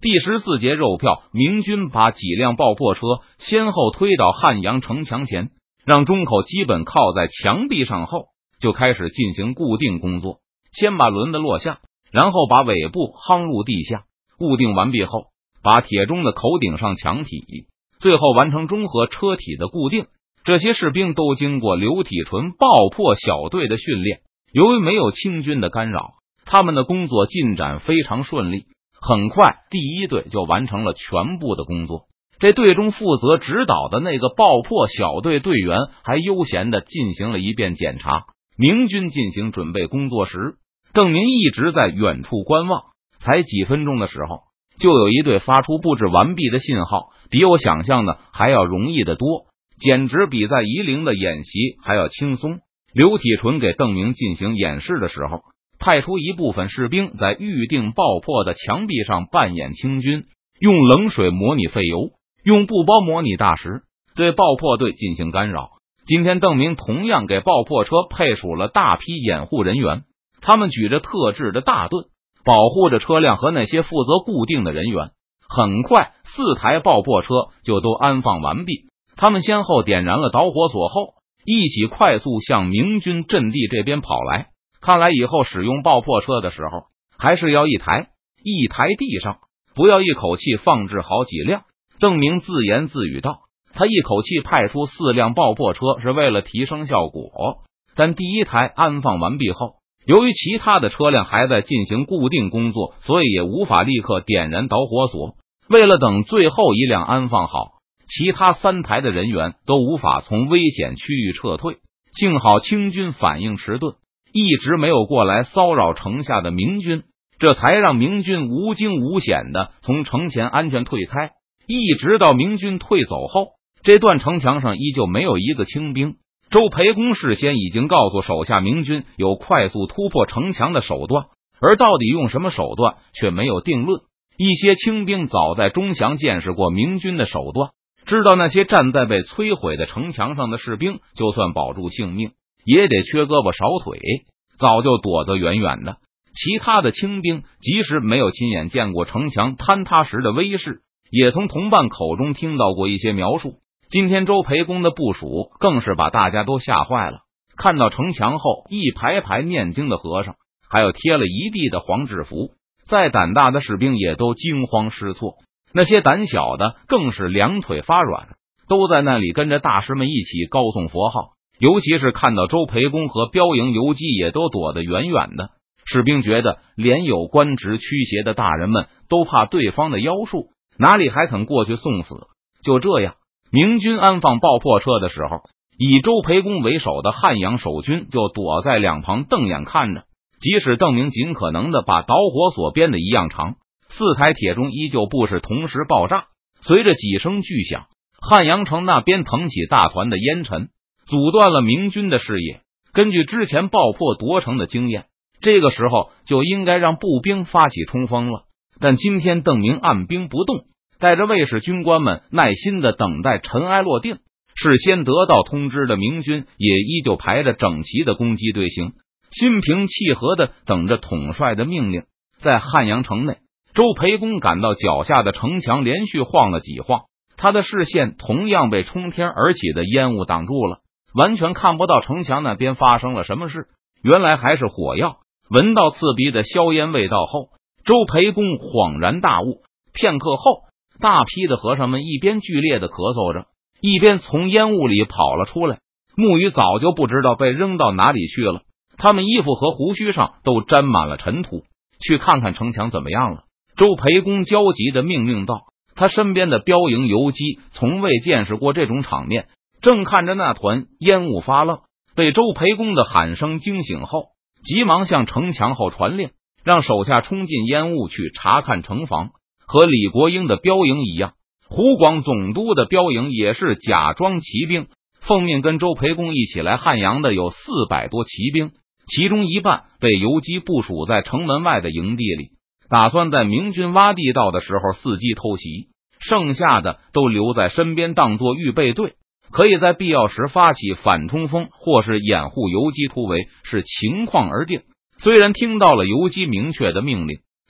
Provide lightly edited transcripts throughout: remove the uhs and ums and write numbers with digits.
第14节肉票，明军把几辆爆破车先后推到汉阳城墙前，让中口基本靠在墙壁上后，就开始进行固定工作。先把轮子落下，然后把尾部夯入地下，固定完毕后，把铁钟的口顶上墙体，最后完成中和车体的固定。这些士兵都经过刘体纯爆破小队的训练，由于没有清军的干扰，他们的工作进展非常顺利。很快，第一队就完成了全部的工作。这队中负责指导的那个爆破小队队员还悠闲地进行了一遍检查。明军进行准备工作时，邓明一直在远处观望。才几分钟的时候，就有一队发出布置完毕的信号，比我想象的还要容易得多，简直比在夷陵的演习还要轻松。刘体纯给邓明进行演示的时候，派出一部分士兵在预定爆破的墙壁上扮演清军，用冷水模拟废油，用布包模拟大石，对爆破队进行干扰。今天邓明同样给爆破车配属了大批掩护人员，他们举着特制的大盾，保护着车辆和那些负责固定的人员。很快，4台爆破车就都安放完毕，他们先后点燃了导火索后，一起快速向明军阵地这边跑来。看来以后使用爆破车的时候，还是要一台地上，不要一口气放置好几辆。邓明自言自语道，他一口气派出4辆爆破车是为了提升效果，但第一台安放完毕后，由于其他的车辆还在进行固定工作，所以也无法立刻点燃导火索。为了等最后一辆安放好，其他3台的人员都无法从危险区域撤退。幸好清军反应迟钝，一直没有过来骚扰城下的明军，这才让明军无惊无险的从城前安全退开。一直到明军退走后，这段城墙上依旧没有一个清兵。周培公事先已经告诉手下明军有快速突破城墙的手段，而到底用什么手段却没有定论。一些清兵早在钟祥见识过明军的手段，知道那些站在被摧毁的城墙上的士兵，就算保住性命，也得缺胳膊少腿，早就躲得远远的。其他的清兵即使没有亲眼见过城墙坍塌时的威势，也从同伴口中听到过一些描述。今天周培公的部署更是把大家都吓坏了，看到城墙后一排排念经的和尚，还有贴了一地的黄制服，再胆大的士兵也都惊慌失措，那些胆小的更是两腿发软，都在那里跟着大师们一起高诵佛号。尤其是看到周培公和标营游击也都躲得远远的，士兵觉得连有官职驱邪的大人们都怕对方的妖术，哪里还肯过去送死。就这样，明军安放爆破车的时候，以周培公为首的汉阳守军就躲在两旁瞪眼看着。即使邓明尽可能的把导火索编的一样长，4台铁钟依旧不是同时爆炸。随着几声巨响，汉阳城那边腾起大团的烟尘，阻断了明军的视野。根据之前爆破夺城的经验，这个时候就应该让步兵发起冲锋了。但今天邓明按兵不动，带着卫士军官们耐心的等待尘埃落定。事先得到通知的明军也依旧排着整齐的攻击队形，心平气和的等着统帅的命令。在汉阳城内，周培公感到脚下的城墙连续晃了几晃，他的视线同样被冲天而起的烟雾挡住了，完全看不到城墙那边发生了什么事。原来还是火药。闻到刺鼻的硝烟味道后，周培公恍然大悟。片刻后，大批的和尚们一边剧烈的咳嗽着，一边从烟雾里跑了出来。木鱼早就不知道被扔到哪里去了，他们衣服和胡须上都沾满了尘土。去看看城墙怎么样了？周培公焦急的命令道。他身边的标营游击从未见识过这种场面，正看着那团烟雾发愣，被周培公的喊声惊醒后，急忙向城墙后传令，让手下冲进烟雾去查看城防。和李国英的标营一样，湖广总督的标营也是假装骑兵，奉命跟周培公一起来汉阳的有400多骑兵，其中一半被游击部署在城门外的营地里，打算在明军挖地道的时候伺机偷袭，剩下的都留在身边当作预备队，可以在必要时发起反冲锋或是掩护游击突围，是情况而定。虽然听到了游击明确的命令，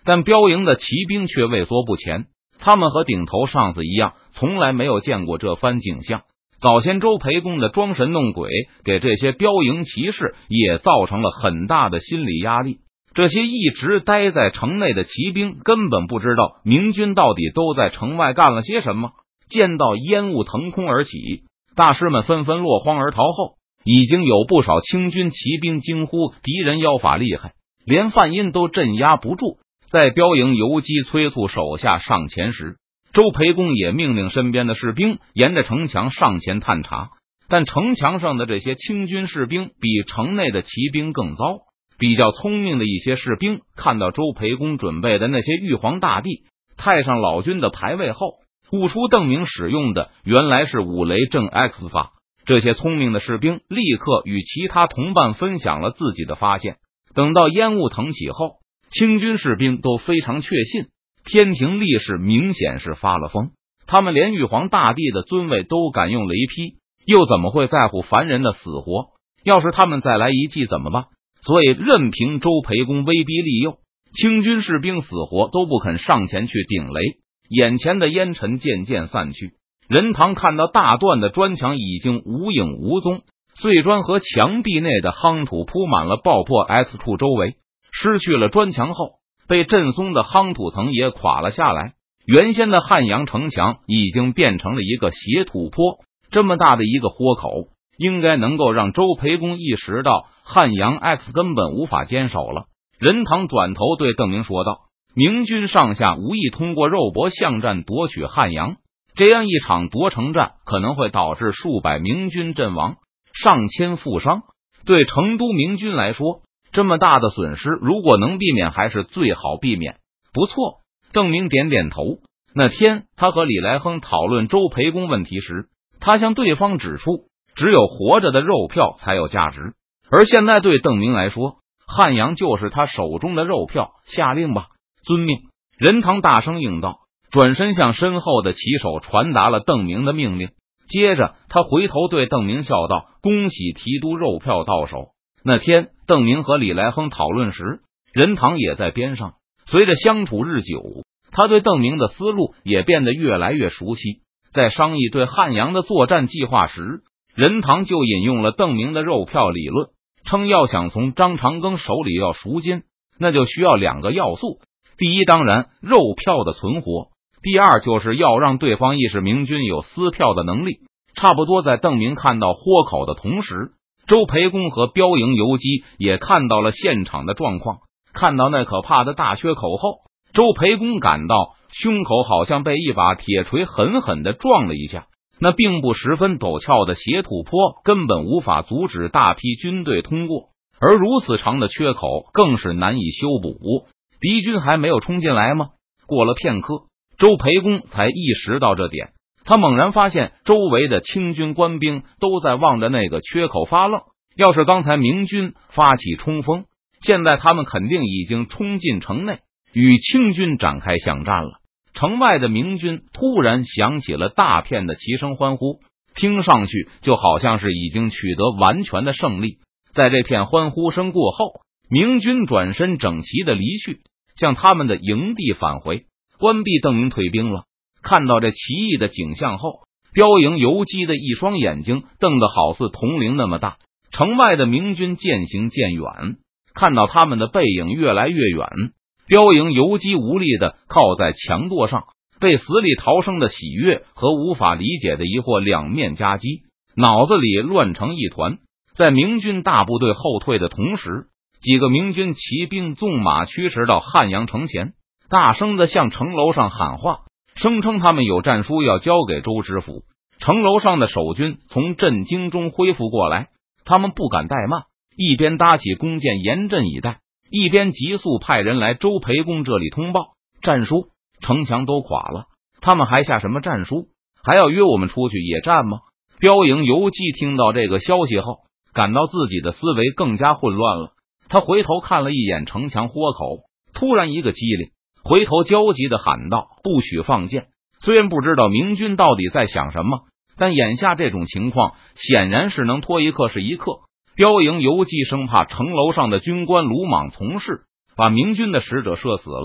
但标营的骑兵却畏缩不前。他们和顶头上司一样，从来没有见过这番景象。早先周培公的装神弄鬼，给这些标营骑士也造成了很大的心理压力。这些一直待在城内的骑兵根本不知道明军到底都在城外干了些什么。见到烟雾腾空而起，大师们纷纷落荒而逃后，已经有不少清军骑兵惊呼敌人妖法厉害，连范音都镇压不住。在标营游击催促手下上前时，周培公也命令身边的士兵沿着城墙上前探查。但城墙上的这些清军士兵比城内的骑兵更糟。比较聪明的一些士兵看到周培公准备的那些玉皇大帝、太上老君的牌位后，悟出邓明使用的原来是五雷震 X 法。这些聪明的士兵立刻与其他同伴分享了自己的发现。等到烟雾腾起后，清军士兵都非常确信天庭力士明显是发了疯。他们连玉皇大帝的尊位都敢用雷劈，又怎么会在乎凡人的死活？要是他们再来一记怎么办？所以任凭周培公威逼利诱，清军士兵死活都不肯上前去顶雷。眼前的烟尘渐渐散去，任堂看到大段的砖墙已经无影无踪，碎砖和墙壁内的夯土铺满了爆破 X 处周围。失去了砖墙后，被震松的夯土层也垮了下来。原先的汉阳城墙已经变成了一个斜土坡，这么大的一个豁口，应该能够让周培公意识到汉阳 X 根本无法坚守了。任堂转头对邓明说道：明军上下无意通过肉搏巷战夺取汉阳，这样一场夺城战可能会导致数百明军阵亡，上千负伤。对成都明军来说，这么大的损失如果能避免还是最好避免。不错，邓明点点头。那天他和李来亨讨论周培公问题时，他向对方指出只有活着的肉票才有价值，而现在对邓明来说，汉阳就是他手中的肉票。下令吧。遵命。任堂大声应道，转身向身后的骑手传达了邓明的命令。接着他回头对邓明笑道：恭喜提督肉票到手。那天邓明和李来亨讨论时，任堂也在边上。随着相处日久，他对邓明的思路也变得越来越熟悉。在商议对汉阳的作战计划时，任堂就引用了邓明的肉票理论，称要想从张长庚手里要赎金，那就需要两个要素。第一，当然肉票的存活；第二，就是要让对方意识明军有撕票的能力。差不多在邓明看到豁口的同时，周培公和标营游击也看到了现场的状况。看到那可怕的大缺口后，周培公感到胸口好像被一把铁锤狠狠地撞了一下。那并不十分陡峭的斜土坡根本无法阻止大批军队通过，而如此长的缺口更是难以修补。敌军还没有冲进来吗？过了片刻，周培公才意识到这点。他猛然发现周围的清军官兵都在望着那个缺口发愣。要是刚才明军发起冲锋，现在他们肯定已经冲进城内，与清军展开巷战了。城外的明军突然响起了大片的齐声欢呼，听上去就好像是已经取得完全的胜利。在这片欢呼声过后，明军转身整齐的离去，向他们的营地返回。关闭邓明退兵了。看到这奇异的景象后，标营游击的一双眼睛瞪得好似铜铃那么大。城外的明军渐行渐远，看到他们的背影越来越远，标营游击无力的靠在墙垛上，被死里逃生的喜悦和无法理解的疑惑两面夹击，脑子里乱成一团。在明军大部队后退的同时，几个明军骑兵纵马驱驰到汉阳城前，大声的向城楼上喊话，声称他们有战书要交给周知府。城楼上的守军从震惊中恢复过来，他们不敢怠慢，一边搭起弓箭严阵以待，一边急速派人来周培公这里通报。战书，城墙都垮了，他们还下什么战书？还要约我们出去野战吗？标营游击听到这个消息后，感到自己的思维更加混乱了。他回头看了一眼城墙豁口，突然一个机灵，回头焦急的喊道：不许放箭！虽然不知道明军到底在想什么，但眼下这种情况显然是能拖一刻是一刻。标营游击生怕城楼上的军官鲁莽从事，把明军的使者射死了，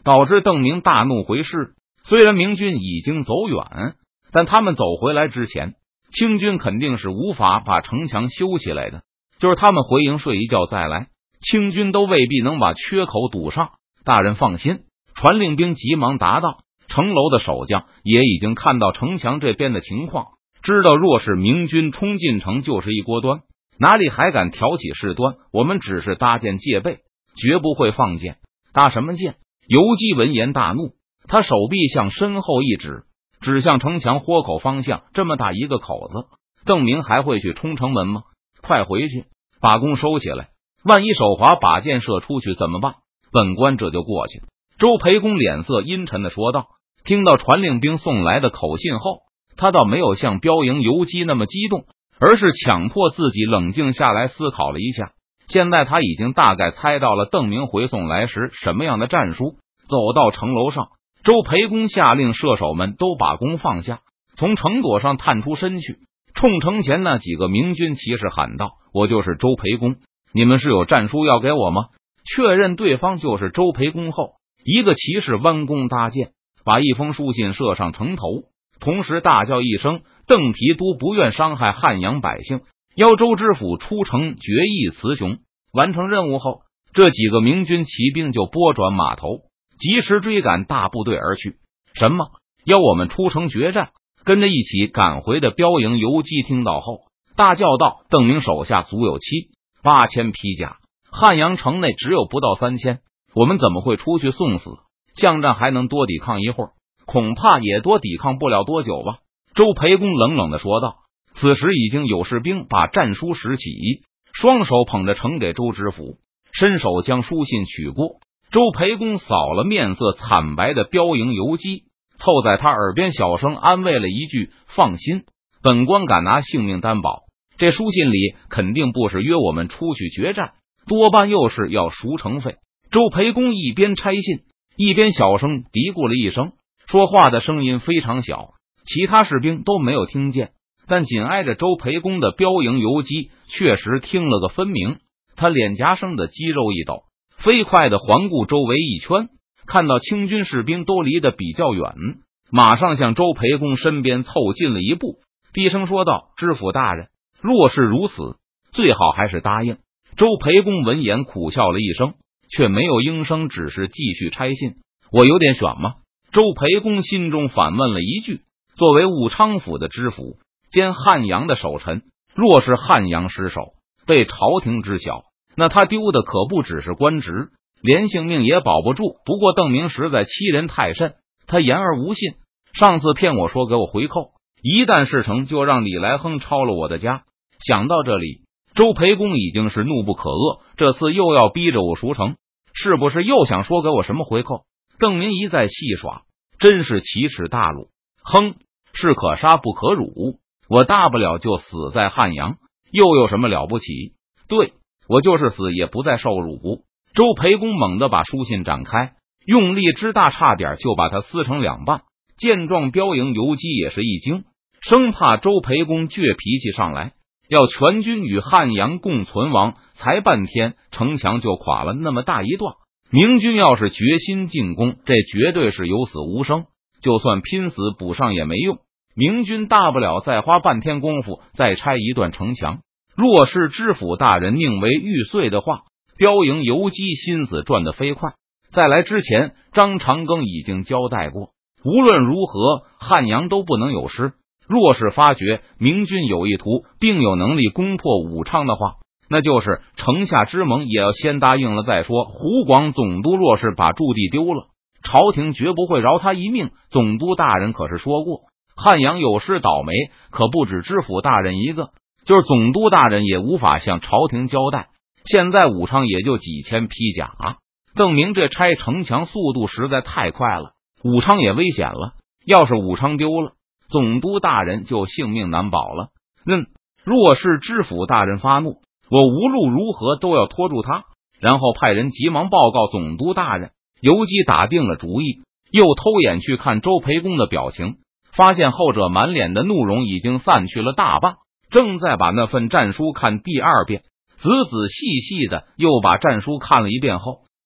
导致邓明大怒回师。虽然明军已经走远，但他们走回来之前，清军肯定是无法把城墙修起来的。就是他们回营睡一觉再来，清军都未必能把缺口堵上。大人放心。传令兵急忙答道。城楼的守将也已经看到城墙这边的情况，知道若是明军冲进城就是一锅端，哪里还敢挑起事端？我们只是搭箭戒备，绝不会放箭。搭什么箭？游击闻言大怒，他手臂向身后一指，指向城墙豁口方向。这么大一个口子，邓明还会去冲城门吗？快回去把弓收起来，万一手滑把箭射出去怎么办？本官这就过去。周培公脸色阴沉的说道。听到传令兵送来的口信后，他倒没有像标营游击那么激动，而是强迫自己冷静下来思考了一下。现在他已经大概猜到了邓明回送来时什么样的战术。走到城楼上，周培公下令射手们都把弓放下，从城垛上探出身去，冲城前那几个明军骑士喊道：我就是周培公，你们是有战书要给我吗？确认对方就是周培公后，一个骑士弯弓搭箭，把一封书信射上城头，同时大叫一声：邓提督不愿伤害汉阳百姓，邀周知府出城决议雌雄。完成任务后，这几个明军骑兵就拨转马头，及时追赶大部队而去。什么？邀我们出城决战？跟着一起赶回的标营游击听到后，大叫道：邓明手下足有7-8千披甲，汉阳城内只有不到3000，我们怎么会出去送死？巷战还能多抵抗一会儿，恐怕也多抵抗不了多久吧。周培公冷冷的说道。此时已经有士兵把战书拾起，双手捧着呈给周知府，伸手将书信取过。周培公扫了面色惨白的标营游击，凑在他耳边小声安慰了一句：放心，本官敢拿性命担保，这书信里肯定不是约我们出去决战，多半又是要赎城费。周培公一边拆信一边小声嘀咕了一声，说话的声音非常小，其他士兵都没有听见，但紧挨着周培公的标营游击确实听了个分明。他脸颊上的肌肉一抖，飞快的环顾周围一圈，看到清军士兵都离得比较远，马上向周培公身边凑近了一步，低声说道：知府大人，若是如此，最好还是答应。周培公闻言苦笑了一声，却没有应声，只是继续拆信。我有点选吗？周培公心中反问了一句。作为武昌府的知府兼汉阳的守臣，若是汉阳失守，被朝廷知晓，那他丢的可不只是官职，连性命也保不住。不过邓明实在欺人太甚，他言而无信。上次骗我说给我回扣，一旦事成就让李来亨抄了我的家。想到这里，周培公已经是怒不可遏，这次又要逼着我赎城，是不是又想说给我什么回扣？邓明一再戏耍，真是奇耻大辱。哼，是可杀不可辱，我大不了就死在汉阳，又有什么了不起？对，我就是死也不再受辱。周培公猛地把书信展开，用力之大，差点就把它撕成2半。见状，标营游击也是一惊，生怕周培公倔脾气上来，要全军与汉阳共存亡。才半天，城墙就垮了那么大一段。明军要是决心进攻，这绝对是有死无生，就算拼死补上也没用。明军大不了再花半天功夫再拆一段城墙。若是知府大人宁为玉碎的话，标营游击心思转得飞快。在来之前，张长庚已经交代过，无论如何汉阳都不能有失。若是发觉明军有意图并有能力攻破武昌的话，那就是城下之盟也要先答应了再说。湖广总督若是把驻地丢了，朝廷绝不会饶他一命。总督大人可是说过，汉阳有失倒霉，可不止知府大人一个，就是总督大人也无法向朝廷交代。现在武昌也就几千披甲，邓明这拆城墙速度实在太快了，武昌也危险了。要是武昌丢了，总督大人就性命难保了。若是知府大人发怒，我无论如何都要拖住他，然后派人急忙报告总督大人。游击打定了主意，又偷眼去看周培公的表情，发现后者满脸的怒容已经散去了大半，正在把那份战书看第2遍，仔仔细细的又把战书看了一遍后，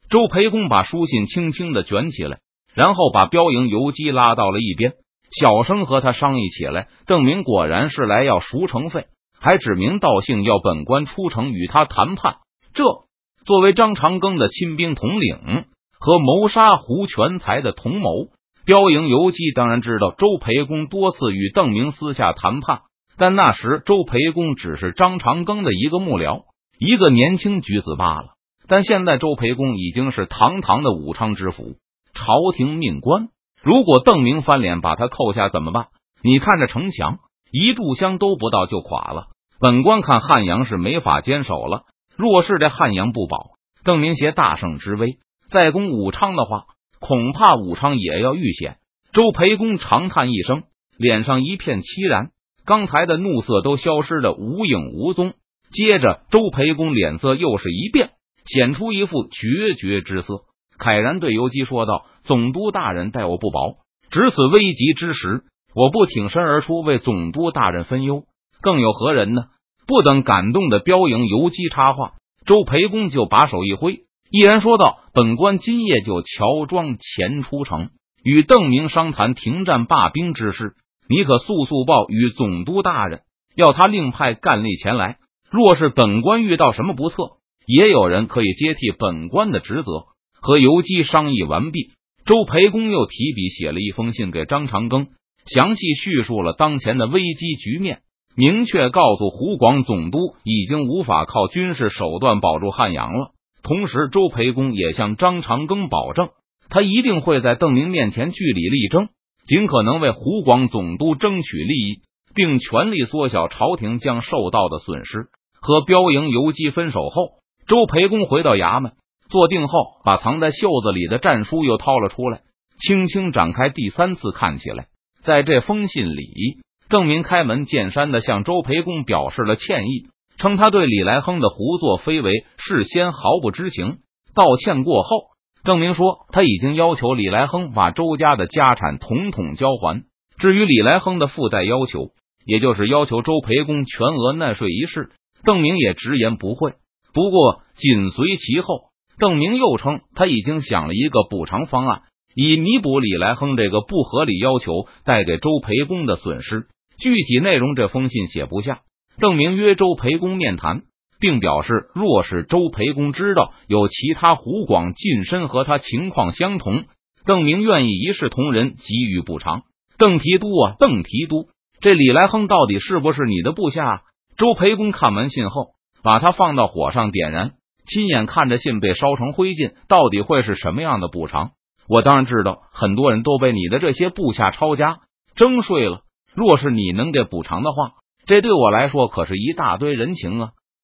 周培公把书信轻轻的卷起来，然后把标营游击拉到了一边，小声和他商议起来。邓明果然是来要赎城费，还指名道姓要本官出城与他谈判。这作为张长庚的亲兵统领和谋杀胡全才的同谋，标营游击当然知道周培公多次与邓明私下谈判，但那时周培公只是张长庚的一个幕僚，一个年轻举子罢了。但现在周培公已经是堂堂的武昌知府，朝廷命官，如果邓明翻脸把他扣下怎么办？你看这城墙一炷香都不到就垮了，本官看汉阳是没法坚守了。若是这汉阳不保，邓明携大胜之威再攻武昌的话，恐怕武昌也要遇险。周培公长叹一声，脸上一片凄然，刚才的怒色都消失得无影无踪。接着周培公脸色又是一变，显出一副决绝之色，慨然对游击说道：总督大人待我不薄，值此危急之时，我不挺身而出为总督大人分忧，更有何人呢？不等感动的标营游击插话，周培公就把手一挥，毅然说道：本官今夜就乔装前出城，与邓明商谈停战罢兵之事，你可速报与总督大人，要他另派干吏前来。若是本官遇到什么不测，也有人可以接替本官的职责。和游击商议完毕，周培公又提笔写了一封信给张长庚，详细叙述了当前的危机局面，明确告诉湖广总督已经无法靠军事手段保住汉阳了。同时周培公也向张长庚保证，他一定会在邓明面前据理力争，尽可能为湖广总督争取利益，并全力缩小朝廷将受到的损失。和标营游击分手后，周培公回到衙门坐定后，把藏在袖子里的战书又掏了出来，轻轻展开，第三次看起来。在这封信里，邓明开门见山的向周培公表示了歉意，称他对李来亨的胡作非为事先毫不知情。道歉过后，邓明说他已经要求李来亨把周家的家产统统交还，至于李来亨的附带要求，也就是要求周培公全额纳税一事，邓明也直言不讳。不过紧随其后，邓明又称他已经想了一个补偿方案，以弥补李来亨这个不合理要求带给周培公的损失。具体内容这封信写不下，邓明约周培公面谈，并表示若是周培公知道有其他湖广近身和他情况相同，邓明愿意一视同仁给予补偿。邓提督啊，邓提督，这李来亨到底是不是你的部下？周培公看完信后，把他放到火上点燃，亲眼看着信被烧成灰烬，到底会是什么样的补偿？我当然知道，很多人都被你的这些部下抄家征税了，若是你能给补偿的话，这对我来说可是一大堆人情啊。